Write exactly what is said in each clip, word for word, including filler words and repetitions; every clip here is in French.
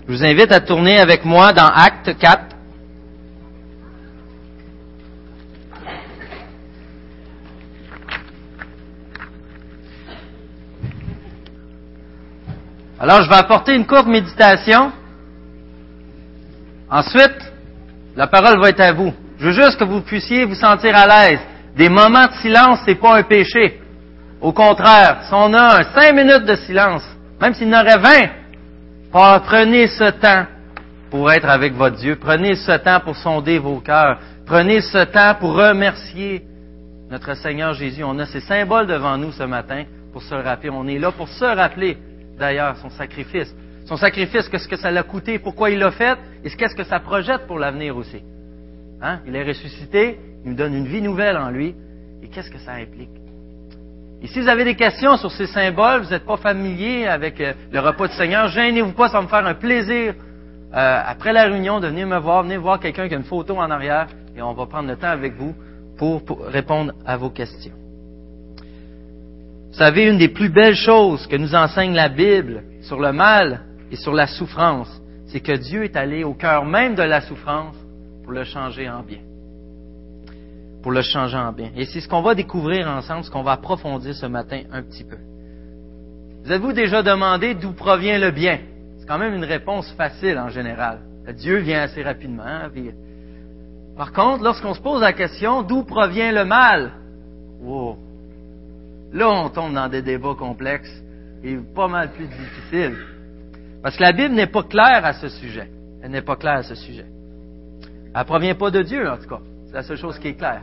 Je vous invite à tourner avec moi dans Actes quatre. Alors, je vais apporter une courte méditation. Ensuite, la parole va être à vous. Je veux juste que vous puissiez vous sentir à l'aise. Des moments de silence, c'est pas un péché. Au contraire, si on a un cinq minutes de silence, même s'il y en aurait vingt, prenez ce temps pour être avec votre Dieu. Prenez ce temps pour sonder vos cœurs. Prenez ce temps pour remercier notre Seigneur Jésus. On a ces symboles devant nous ce matin pour se rappeler. On est là pour se rappeler, d'ailleurs, son sacrifice. Son sacrifice, qu'est-ce que ça l'a coûté, pourquoi il l'a fait, et qu'est-ce que ça projette pour l'avenir aussi. Hein? Il est ressuscité, il nous donne une vie nouvelle en lui, et qu'est-ce que ça implique? Et si vous avez des questions sur ces symboles, vous n'êtes pas familier avec le repas du Seigneur, gênez-vous pas, ça va me faire un plaisir, euh, après la réunion, de venir me voir, venir voir quelqu'un qui a une photo en arrière, et on va prendre le temps avec vous pour, pour répondre à vos questions. Vous savez, une des plus belles choses que nous enseigne la Bible sur le mal et sur la souffrance, c'est que Dieu est allé au cœur même de la souffrance pour le changer en bien. Pour le changer en bien. Et c'est ce qu'on va découvrir ensemble, ce qu'on va approfondir ce matin un petit peu. Vous avez-vous déjà demandé d'où provient le bien? C'est quand même une réponse facile en général. Dieu vient assez rapidement. Hein, puis... Par contre, lorsqu'on se pose la question d'où provient le mal, wow, là on tombe dans des débats complexes et pas mal plus difficiles. Parce que la Bible n'est pas claire à ce sujet. Elle n'est pas claire à ce sujet. Elle ne provient pas de Dieu, en tout cas. C'est la seule chose qui est claire.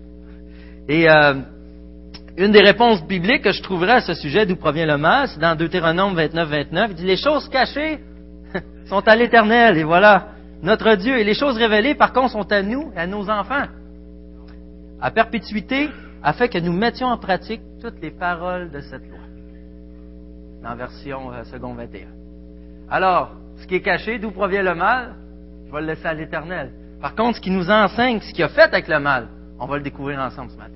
Et euh, une des réponses bibliques que je trouverais à ce sujet, d'où provient le mal, c'est dans Deutéronome vingt-neuf vingt-neuf. Il dit, les choses cachées sont à l'Éternel, et voilà, notre Dieu. Et les choses révélées, par contre, sont à nous, à nos enfants. À perpétuité, afin que nous mettions en pratique toutes les paroles de cette loi. Dans la version euh, second vingt et un. Alors, ce qui est caché, d'où provient le mal, je vais le laisser à l'Éternel. Par contre, ce qui nous enseigne, ce qu'il a fait avec le mal, on va le découvrir ensemble ce matin.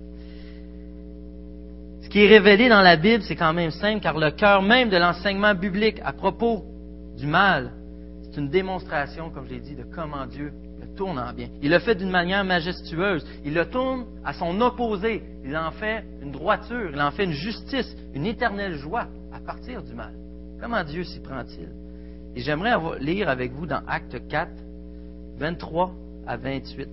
Ce qui est révélé dans la Bible, c'est quand même simple, car le cœur même de l'enseignement biblique à propos du mal, c'est une démonstration, comme je l'ai dit, de comment Dieu le tourne en bien. Il le fait d'une manière majestueuse. Il le tourne à son opposé. Il en fait une droiture, il en fait une justice, une éternelle joie à partir du mal. Comment Dieu s'y prend-il? Et j'aimerais lire avec vous dans Actes quatre, vingt-trois à vingt-huit.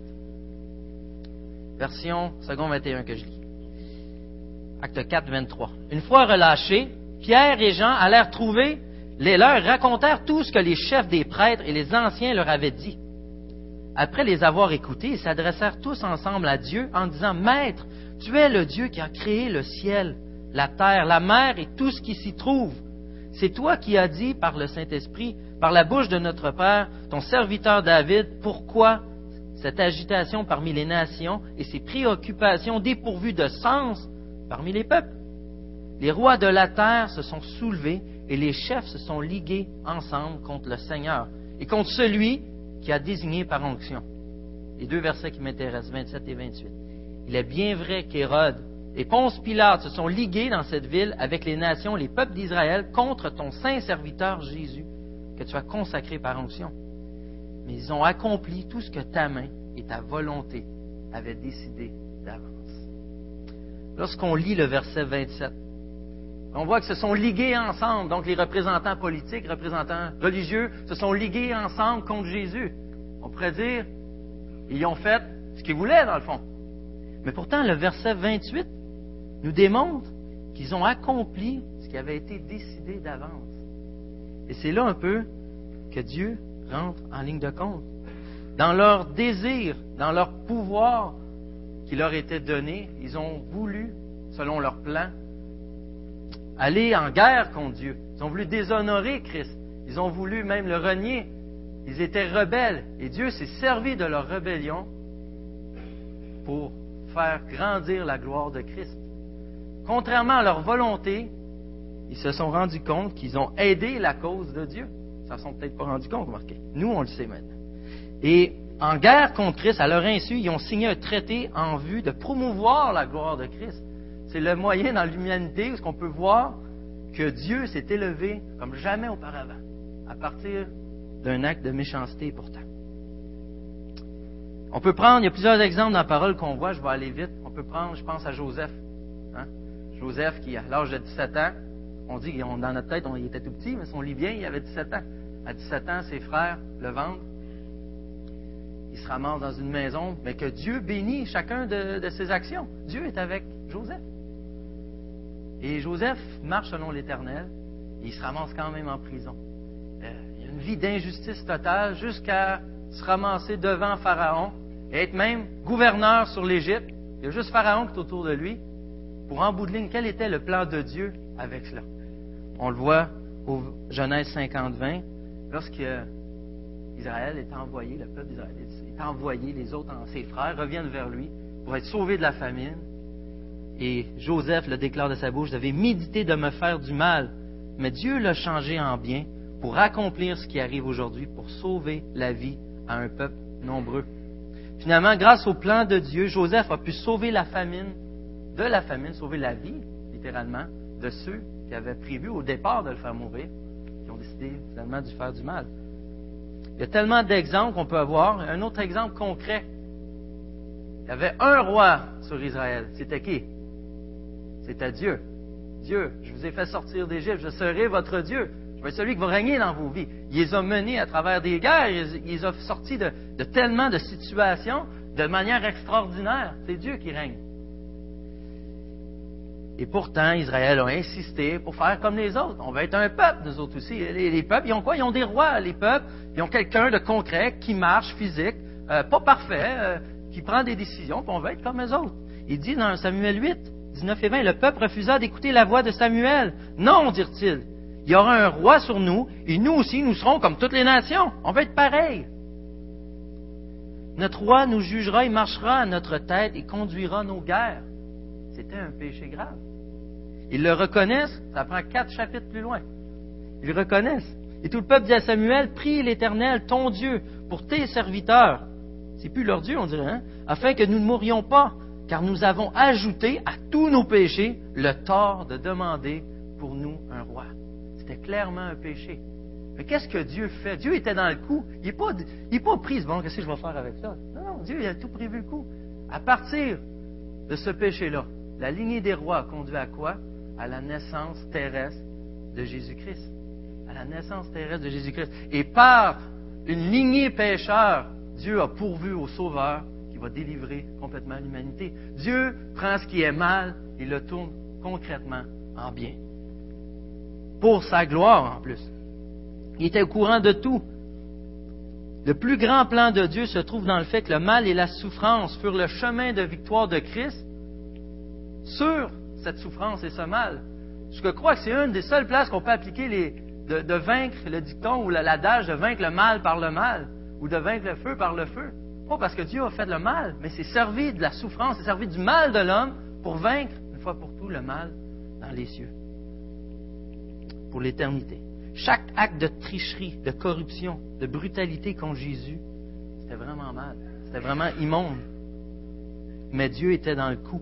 Version second vingt et un que je lis. Acte quatre, vingt-trois. Une fois relâchés, Pierre et Jean allèrent trouver les leurs, racontèrent tout ce que les chefs des prêtres et les anciens leur avaient dit. Après les avoir écoutés, ils s'adressèrent tous ensemble à Dieu en disant, « Maître, tu es le Dieu qui a créé le ciel, la terre, la mer et tout ce qui s'y trouve. C'est toi qui as dit par le Saint-Esprit, par la bouche de notre Père, ton serviteur David, pourquoi cette agitation parmi les nations et ces préoccupations dépourvues de sens parmi les peuples? Les rois de la terre se sont soulevés et les chefs se sont ligués ensemble contre le Seigneur et contre celui qui a désigné par onction. » Les deux versets qui m'intéressent, vingt-sept et vingt-huit. « Il est bien vrai qu'Hérode et Ponce Pilate se sont ligués dans cette ville avec les nations, les peuples d'Israël, contre ton saint serviteur Jésus, que tu as consacré par onction. Mais ils ont accompli tout ce que ta main et ta volonté avaient décidé d'avance. » Lorsqu'on lit le verset vingt-sept, on voit que se sont ligués ensemble, donc les représentants politiques, représentants religieux, se sont ligués ensemble contre Jésus. On pourrait dire, ils ont fait ce qu'ils voulaient dans le fond. Mais pourtant, le verset vingt-huit nous démontre qu'ils ont accompli ce qui avait été décidé d'avance. Et c'est là un peu que Dieu rentre en ligne de compte. Dans leur désir, dans leur pouvoir qui leur était donné, ils ont voulu, selon leur plan, aller en guerre contre Dieu. Ils ont voulu déshonorer Christ. Ils ont voulu même le renier. Ils étaient rebelles. Et Dieu s'est servi de leur rébellion pour faire grandir la gloire de Christ. Contrairement à leur volonté, ils se sont rendus compte qu'ils ont aidé la cause de Dieu. Ils ne s'en sont peut-être pas rendus compte, remarquez. Nous, on le sait maintenant. Et en guerre contre Christ, à leur insu, ils ont signé un traité en vue de promouvoir la gloire de Christ. C'est le moyen dans l'humanité où on peut voir que Dieu s'est élevé comme jamais auparavant. à partir d'un acte de méchanceté pourtant. On peut prendre, il y a plusieurs exemples dans la parole qu'on voit, je vais aller vite. On peut prendre, je pense à Joseph. Hein? Joseph qui, à l'âge de dix-sept ans, on dit, on, dans notre tête, on, il était tout petit, mais si on lit bien, il avait dix-sept ans. À dix-sept ans, ses frères le vendent. Il se ramasse dans une maison, mais que Dieu bénit chacun de, de ses actions. Dieu est avec Joseph. Et Joseph marche selon l'Éternel, et il se ramasse quand même en prison. Euh, il y a une vie d'injustice totale jusqu'à se ramasser devant Pharaon et être même gouverneur sur l'Égypte. Il y a juste Pharaon qui est autour de lui. Pour en bout de ligne, quel était le plan de Dieu avec cela? On le voit au Genèse cinquante vingt, lorsque Israël est envoyé, le peuple d'Israël est envoyé, les autres, ses frères, reviennent vers lui pour être sauvés de la famine. Et Joseph le déclare de sa bouche, « J'avais médité de me faire du mal, mais Dieu l'a changé en bien pour accomplir ce qui arrive aujourd'hui, pour sauver la vie à un peuple nombreux. » Finalement, grâce au plan de Dieu, Joseph a pu sauver la famine, de la famine, sauver la vie, littéralement, de ceux qui avaient prévu au départ de le faire mourir, qui ont décidé finalement de lui faire du mal. Il y a tellement d'exemples qu'on peut avoir. Un autre exemple concret. Il y avait un roi sur Israël. C'était qui? C'était Dieu. Dieu, je vous ai fait sortir d'Égypte, je serai votre Dieu. Je vais être celui qui va régner dans vos vies. Il les a menés à travers des guerres, il les a sortis de, de tellement de situations de manière extraordinaire. C'est Dieu qui règne. Et pourtant, Israël a insisté pour faire comme les autres. On va être un peuple, nous autres aussi. Les, les peuples, ils ont quoi? Ils ont des rois. Les peuples, ils ont quelqu'un de concret, qui marche, physique, euh, pas parfait, euh, qui prend des décisions, puis on va être comme eux autres. Il dit dans Samuel huit, dix-neuf et vingt, le peuple refusa d'écouter la voix de Samuel. Non, dirent-ils, il y aura un roi sur nous, et nous aussi, nous serons comme toutes les nations. On va être pareils. Notre roi nous jugera et marchera à notre tête et conduira nos guerres. C'était un péché grave. Ils le reconnaissent, ça prend quatre chapitres plus loin. Ils le reconnaissent. Et tout le peuple dit à Samuel, prie l'Éternel, ton Dieu, pour tes serviteurs. C'est plus leur Dieu, on dirait, hein? Afin que nous ne mourions pas, car nous avons ajouté à tous nos péchés le tort de demander pour nous un roi. C'était clairement un péché. Mais qu'est-ce que Dieu fait? Dieu était dans le coup. Il n'est pas, il est pas pris, bon, qu'est-ce que je vais faire avec ça? Non, non, Dieu il a tout prévu le coup. À partir de ce péché-là, la lignée des rois a conduit à quoi? À la naissance terrestre de Jésus-Christ. À la naissance terrestre de Jésus-Christ. Et par une lignée pécheur, Dieu a pourvu au Sauveur qui va délivrer complètement l'humanité. Dieu prend ce qui est mal et le tourne concrètement en bien. Pour sa gloire en plus. Il était au courant de tout. Le plus grand plan de Dieu se trouve dans le fait que le mal et la souffrance furent le chemin de victoire de Christ sur cette souffrance et ce mal. Je crois que c'est une des seules places qu'on peut appliquer les, de, de vaincre le dicton ou l'adage de vaincre le mal par le mal ou de vaincre le feu par le feu. Pas parce que Dieu a fait le mal, mais c'est servi de la souffrance, c'est servi du mal de l'homme pour vaincre, une fois pour tout, le mal dans les cieux. Pour l'éternité. Chaque acte de tricherie, de corruption, de brutalité contre Jésus, c'était vraiment mal. C'était vraiment immonde. Mais Dieu était dans le coup.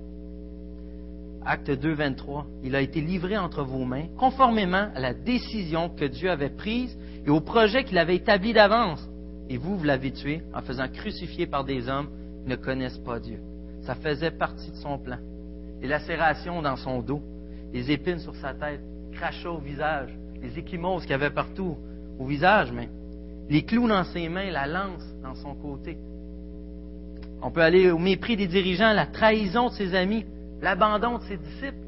Acte deux, vingt-trois. Il a été livré entre vos mains, conformément à la décision que Dieu avait prise et au projet qu'il avait établi d'avance. Et vous, vous l'avez tué en faisant crucifier par des hommes qui ne connaissent pas Dieu. Ça faisait partie de son plan. Les lacérations dans son dos, les épines sur sa tête, crachats au visage, les échymoses qu'il y avait partout au visage, mais les clous dans ses mains, la lance dans son côté. On peut aller au mépris des dirigeants, la trahison de ses amis, l'abandon de ses disciples.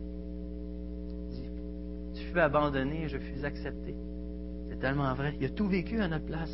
Il dit, tu fus abandonné, je fus accepté. C'est tellement vrai. Il a tout vécu à notre place.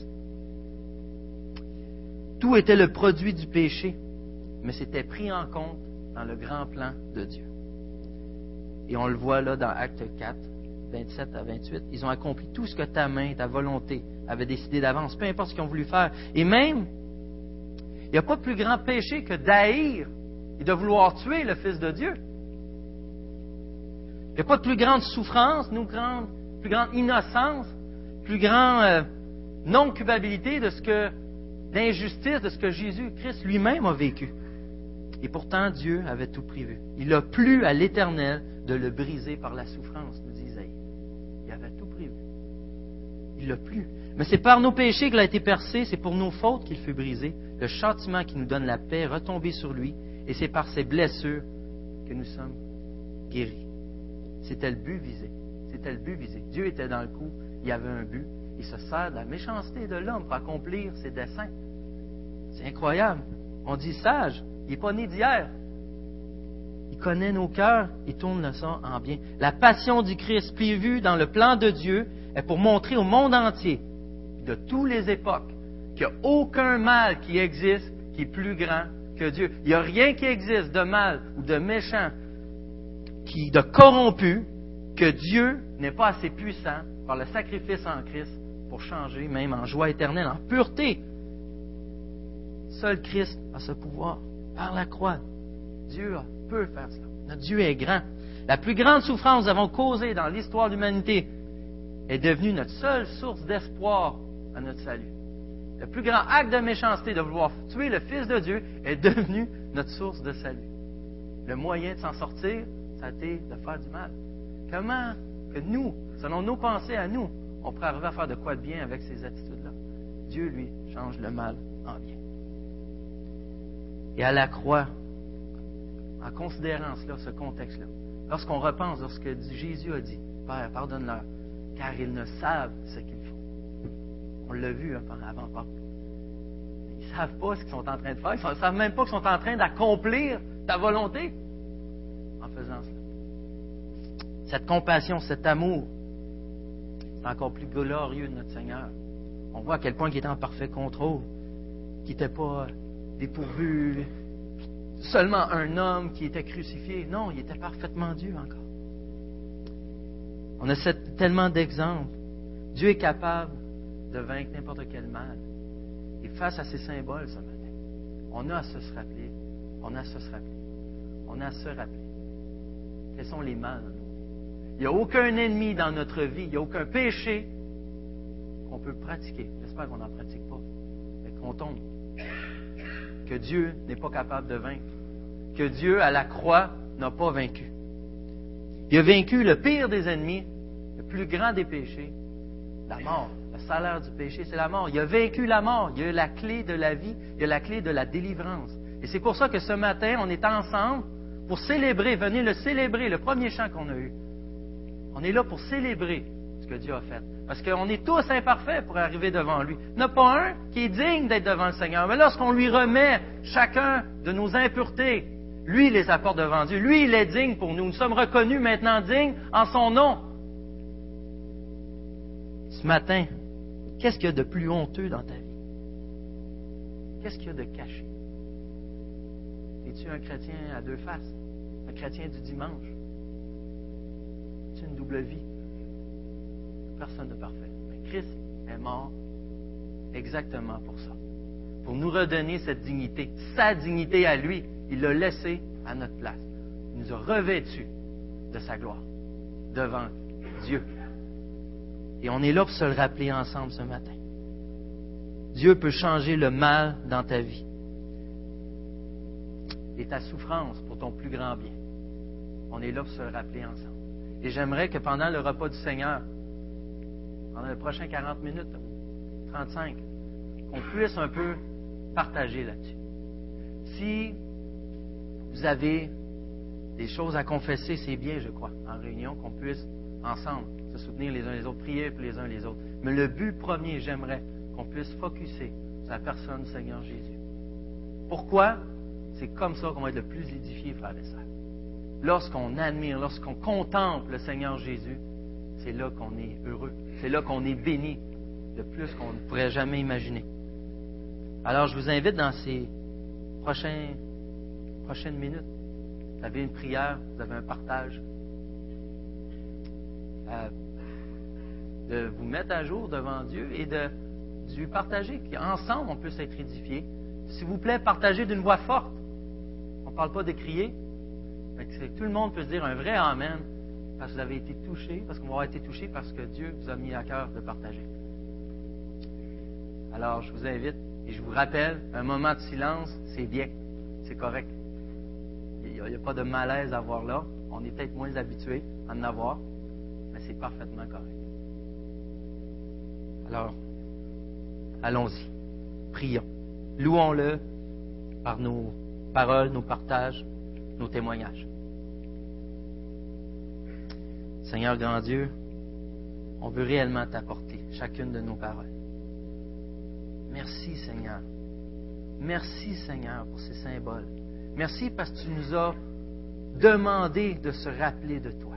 Tout était le produit du péché, mais c'était pris en compte dans le grand plan de Dieu. Et on le voit là dans Acte quatre, vingt-sept à vingt-huit. Ils ont accompli tout ce que ta main, ta volonté avait décidé d'avance, peu importe ce qu'ils ont voulu faire. Et même, il n'y a pas de plus grand péché que d'haïr et de vouloir tuer le Fils de Dieu. Il n'y a pas de plus grande souffrance, nous, grande, plus grande innocence, plus grande euh, non-culpabilité de ce que, d'injustice de ce que Jésus-Christ lui-même a vécu. Et pourtant, Dieu avait tout prévu. Il a plu à l'Éternel de le briser par la souffrance, nous dit Isaïe. Il avait tout prévu. il l'a plu. Mais c'est par nos péchés qu'il a été percé, c'est pour nos fautes qu'il fut brisé. Le châtiment qui nous donne la paix est retombé sur lui, et c'est par ses blessures que nous sommes guéris. C'était le but visé. C'était le but visé. Dieu était dans le coup, il y avait un but. Il se sert de la méchanceté de l'homme pour accomplir ses desseins. C'est incroyable. On dit sage, il n'est pas né d'hier. Il connaît nos cœurs, il tourne le sang en bien. La passion du Christ prévue dans le plan de Dieu est pour montrer au monde entier, de toutes les époques, qu'il n'y a aucun mal qui existe qui est plus grand que Dieu. Il n'y a rien qui existe de mal ou de méchant, qui, de corrompu, que Dieu n'est pas assez puissant par le sacrifice en Christ pour changer, même en joie éternelle, en pureté. Seul Christ a ce pouvoir, par la croix. Dieu peut faire cela. Notre Dieu est grand. La plus grande souffrance que nous avons causée dans l'histoire de l'humanité est devenue notre seule source d'espoir à notre salut. Le plus grand acte de méchanceté de vouloir tuer le Fils de Dieu est devenu notre source de salut. Le moyen de s'en sortir, ça a été de faire du mal. Comment que nous, selon nos pensées à nous, on pourrait arriver à faire de quoi de bien avec ces attitudes-là? Dieu, lui, change le mal en bien. Et à la croix, en considérant cela, ce contexte-là, lorsqu'on repense, lorsque Jésus a dit, Père, pardonne-leur, car ils ne savent ce qu'ils font. On l'a vu hein, avant Pâques. Ils ne savent pas ce qu'ils sont en train de faire. Ils ne savent même pas qu'ils sont en train d'accomplir ta volonté en faisant cela. Cette compassion, cet amour, c'est encore plus glorieux de notre Seigneur. On voit à quel point il était en parfait contrôle, qu'il n'était pas dépourvu, seulement un homme qui était crucifié. Non, il était parfaitement Dieu encore. On a cette, tellement d'exemples. Dieu est capable de vaincre n'importe quel mal. Et face à ces symboles ce matin, on a à se rappeler, on a à se rappeler, on a à se rappeler quels sont les mâles dans nos vies. Il n'y a aucun ennemi dans notre vie, il n'y a aucun péché qu'on peut pratiquer. J'espère qu'on n'en pratique pas, mais qu'on tombe. Que Dieu n'est pas capable de vaincre. Que Dieu, à la croix, n'a pas vaincu. Il a vaincu le pire des ennemis, le plus grand des péchés, la mort. Le salaire du péché, c'est la mort. Il a vaincu la mort. Il a la clé de la vie. Il a la clé de la délivrance. Et c'est pour ça que ce matin, on est ensemble pour célébrer. Venez le célébrer, le premier chant qu'on a eu. On est là pour célébrer ce que Dieu a fait. Parce qu'on est tous imparfaits pour arriver devant lui. Il n'y en a pas un qui est digne d'être devant le Seigneur. Mais lorsqu'on lui remet chacun de nos impuretés, lui les apporte devant Dieu. Lui, il est digne pour nous. Nous sommes reconnus maintenant dignes en son nom. Ce matin, qu'est-ce qu'il y a de plus honteux dans ta vie? Qu'est-ce qu'il y a de caché? Es-tu un chrétien à deux faces? Un chrétien du dimanche? Es-tu une double vie? Personne de parfait. Mais Christ est mort exactement pour ça. Pour nous redonner cette dignité, sa dignité à lui. Il l'a laissé à notre place. Il nous a revêtus de sa gloire devant Dieu. Et on est là pour se le rappeler ensemble ce matin. Dieu peut changer le mal dans ta vie. Et ta souffrance pour ton plus grand bien. On est là pour se le rappeler ensemble. Et j'aimerais que pendant le repas du Seigneur, pendant les prochaines quarante minutes, trente-cinq, qu'on puisse un peu partager là-dessus. Si vous avez des choses à confesser, c'est bien, je crois, en réunion, qu'on puisse ensemble se soutenir les uns les autres, prier pour les uns les autres. Mais le but premier, j'aimerais qu'on puisse focusser sur la personne du Seigneur Jésus. Pourquoi? C'est comme ça qu'on va être le plus édifié, frères et sœurs. Lorsqu'on admire, lorsqu'on contemple le Seigneur Jésus, c'est là qu'on est heureux. C'est là qu'on est béni, de plus qu'on ne pourrait jamais imaginer. Alors, je vous invite dans ces prochains, prochaines minutes. Vous avez une prière, vous avez un partage. Euh, de vous mettre à jour devant Dieu et de, de lui partager, qu'ensemble on puisse être édifiés. S'il vous plaît, partagez d'une voix forte. On ne parle pas de crier, mais que tout le monde peut se dire un vrai Amen, parce que vous avez été touché, parce qu'on va avoir été touché, parce que Dieu vous a mis à cœur de partager. Alors, je vous invite et je vous rappelle, un moment de silence, c'est bien, c'est correct. Il n'y a, a pas de malaise à avoir là. On est peut-être moins habitué à en avoir, mais c'est parfaitement correct. Alors, allons-y. Prions. Louons-le par nos paroles, nos partages, nos témoignages. Seigneur grand Dieu, on veut réellement t'apporter chacune de nos paroles. Merci Seigneur. Merci Seigneur pour ces symboles. Merci parce que tu nous as demandé de se rappeler de toi.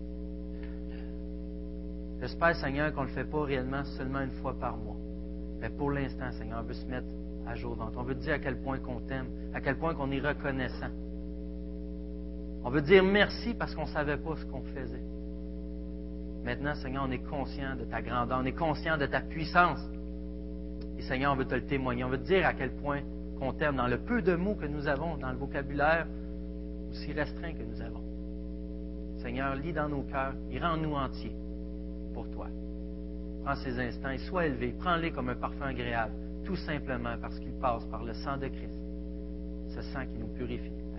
J'espère Seigneur qu'on ne le fait pas réellement seulement une fois par mois. Mais pour l'instant Seigneur, on veut se mettre à jour dans toi. On veut te dire à quel point qu'on t'aime, à quel point qu'on est reconnaissant. On veut dire merci parce qu'on ne savait pas ce qu'on faisait. Maintenant, Seigneur, on est conscient de ta grandeur, on est conscient de ta puissance. Et Seigneur, on veut te le témoigner. On veut te dire à quel point qu'on t'aime dans le peu de mots que nous avons, dans le vocabulaire aussi restreint que nous avons. Seigneur, lis dans nos cœurs et rends-nous entiers pour toi. Prends ces instants et sois élevé. Prends-les comme un parfum agréable, tout simplement parce qu'ils passent par le sang de Christ. Ce sang qui nous purifie.